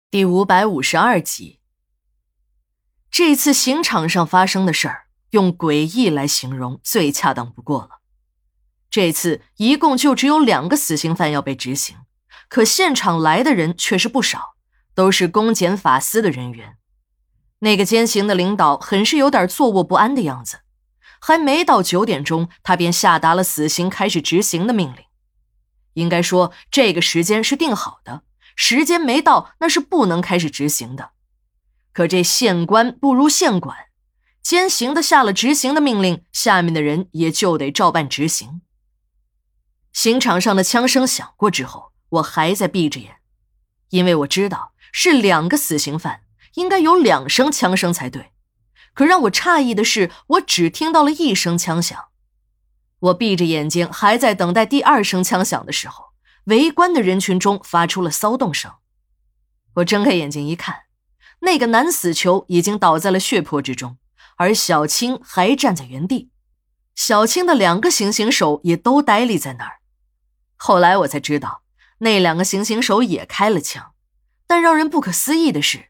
第552集。这次刑场上发生的事儿，用诡异来形容最恰当不过了。这次一共就只有2个死刑犯要被执行，可现场来的人却是不少，都是公检法司的人员。那个监刑的领导很是有点坐卧不安的样子，还没到9点钟，他便下达了死刑开始执行的命令。应该说，这个时间是定好的，时间没到，那是不能开始执行的。可这县官不如县管，监刑的下了执行的命令，下面的人也就得照办执行。刑场上的枪声响过之后，我还在闭着眼，因为我知道是2个死刑犯，应该有2声枪声才对。可让我诧异的是，我只听到了1声枪响。我闭着眼睛还在等待第2声枪响的时候，围观的人群中发出了骚动声。我睁开眼睛一看，那个男死囚已经倒在了血泊之中，而小青还站在原地。小青的2个行刑手也都呆立在那儿。后来我才知道，那2个行刑手也开了枪，但让人不可思议的是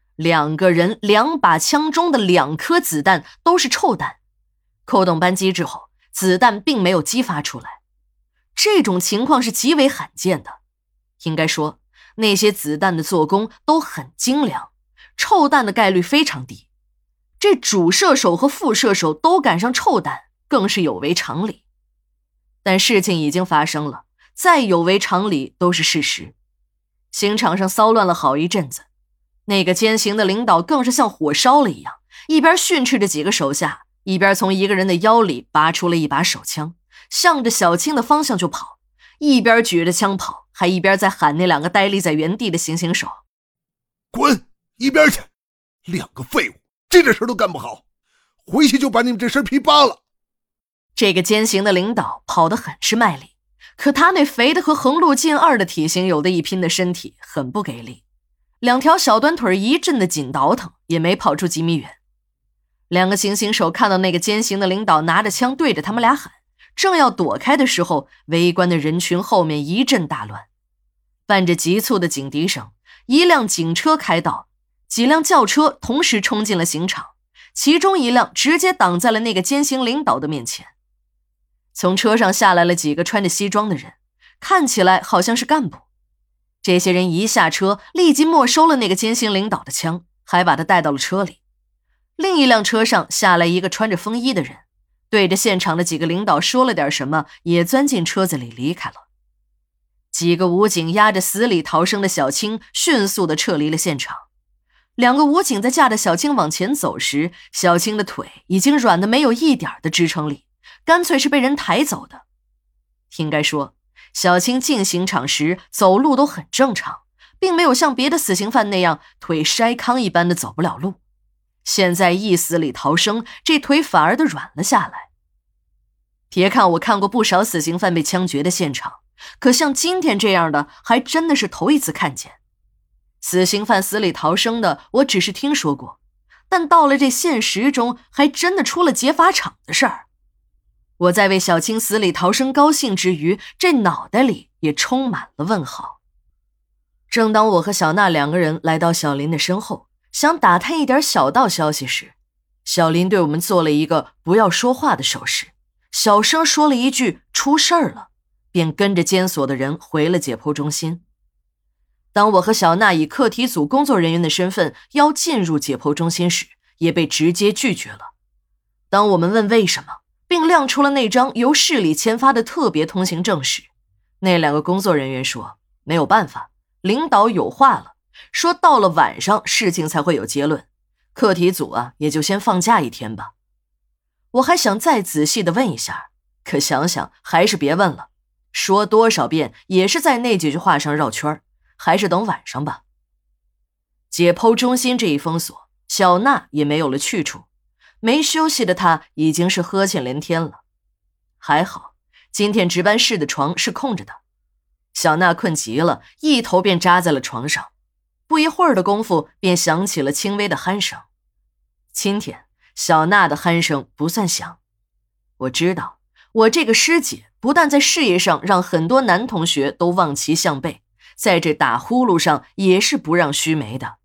，2个人2把枪中的2颗子弹都是臭弹，扣动扳机之后，子弹并没有激发出来。这种情况是极为罕见的，应该说那些子弹的做工都很精良，臭弹的概率非常低。这主射手和副射手都赶上臭弹，更是有违常理。但事情已经发生了，再有违常理都是事实。刑场上骚乱了好一阵子，那个监刑的领导更是像火烧了一样，一边训斥着几个手下，一边从一个人的腰里拔出了一把手枪，向着小青的方向就跑，一边举着枪跑，还一边在喊那2个呆立在原地的行刑手： 滚一边去，2个废物，这点事都干不好，回去就把你们这身皮扒了。 这个监刑的领导跑得很是卖力，可他那肥的和横路近2的体型有的一拼的身体很不给力，2条小短腿一阵的紧倒腾，也没跑出几米远。2个行刑手看到那个监刑的领导拿着枪对着他们俩喊，正要躲开的时候，围观的人群后面一阵大乱。伴着急促的警笛声，一辆警车开道，几辆轿车同时冲进了刑场，其中一辆直接挡在了那个监刑领导的面前。从车上下来了几个穿着西装的人，看起来好像是干部。这些人一下车，立即没收了那个监刑领导的枪，还把他带到了车里。另一辆车上下来一个穿着风衣的人，对着现场的几个领导说了点什么，也钻进车子里离开了。几个武警押着死里逃生的小青，迅速地撤离了现场。2个武警在架着小青往前走时，小青的腿已经软得没有一点的支撑力，干脆是被人抬走的。应该说，小青进刑场时走路都很正常，并没有像别的死刑犯那样腿筛糠一般的走不了路。现在一死里逃生，这腿反而的软了下来。别看我看过不少死刑犯被枪决的现场，可像今天这样的还真的是头一次看见。死刑犯死里逃生的我只是听说过，但到了这现实中，还真的出了劫法场的事儿。我在为小青死里逃生高兴之余，这脑袋里也充满了问号。正当我和小娜2个人来到小林的身后，想打探一点小道消息时，小林对我们做了一个不要说话的手势，小声说了一句出事儿了，便跟着监所的人回了解剖中心。当我和小娜以课题组工作人员的身份要进入解剖中心时，也被直接拒绝了。当我们问为什么，并亮出了那张由市里签发的特别通行证时，那2个工作人员说没有办法，领导有话了，说到了晚上事情才会有结论，课题组也就先放假1天吧。我还想再仔细地问一下，可想想还是别问了，说多少遍也是在那几句话上绕圈，还是等晚上吧。解剖中心这一封锁，小娜也没有了去处，没休息的她已经是呵欠连天了。还好今天值班室的床是空着的，小娜困极了，一头便扎在了床上，不一会儿的功夫便响起了轻微的鼾声。今天小娜的鼾声不算响。我知道我这个师姐不但在事业上让很多男同学都望其项背， 在这打呼噜上也是不让须眉的。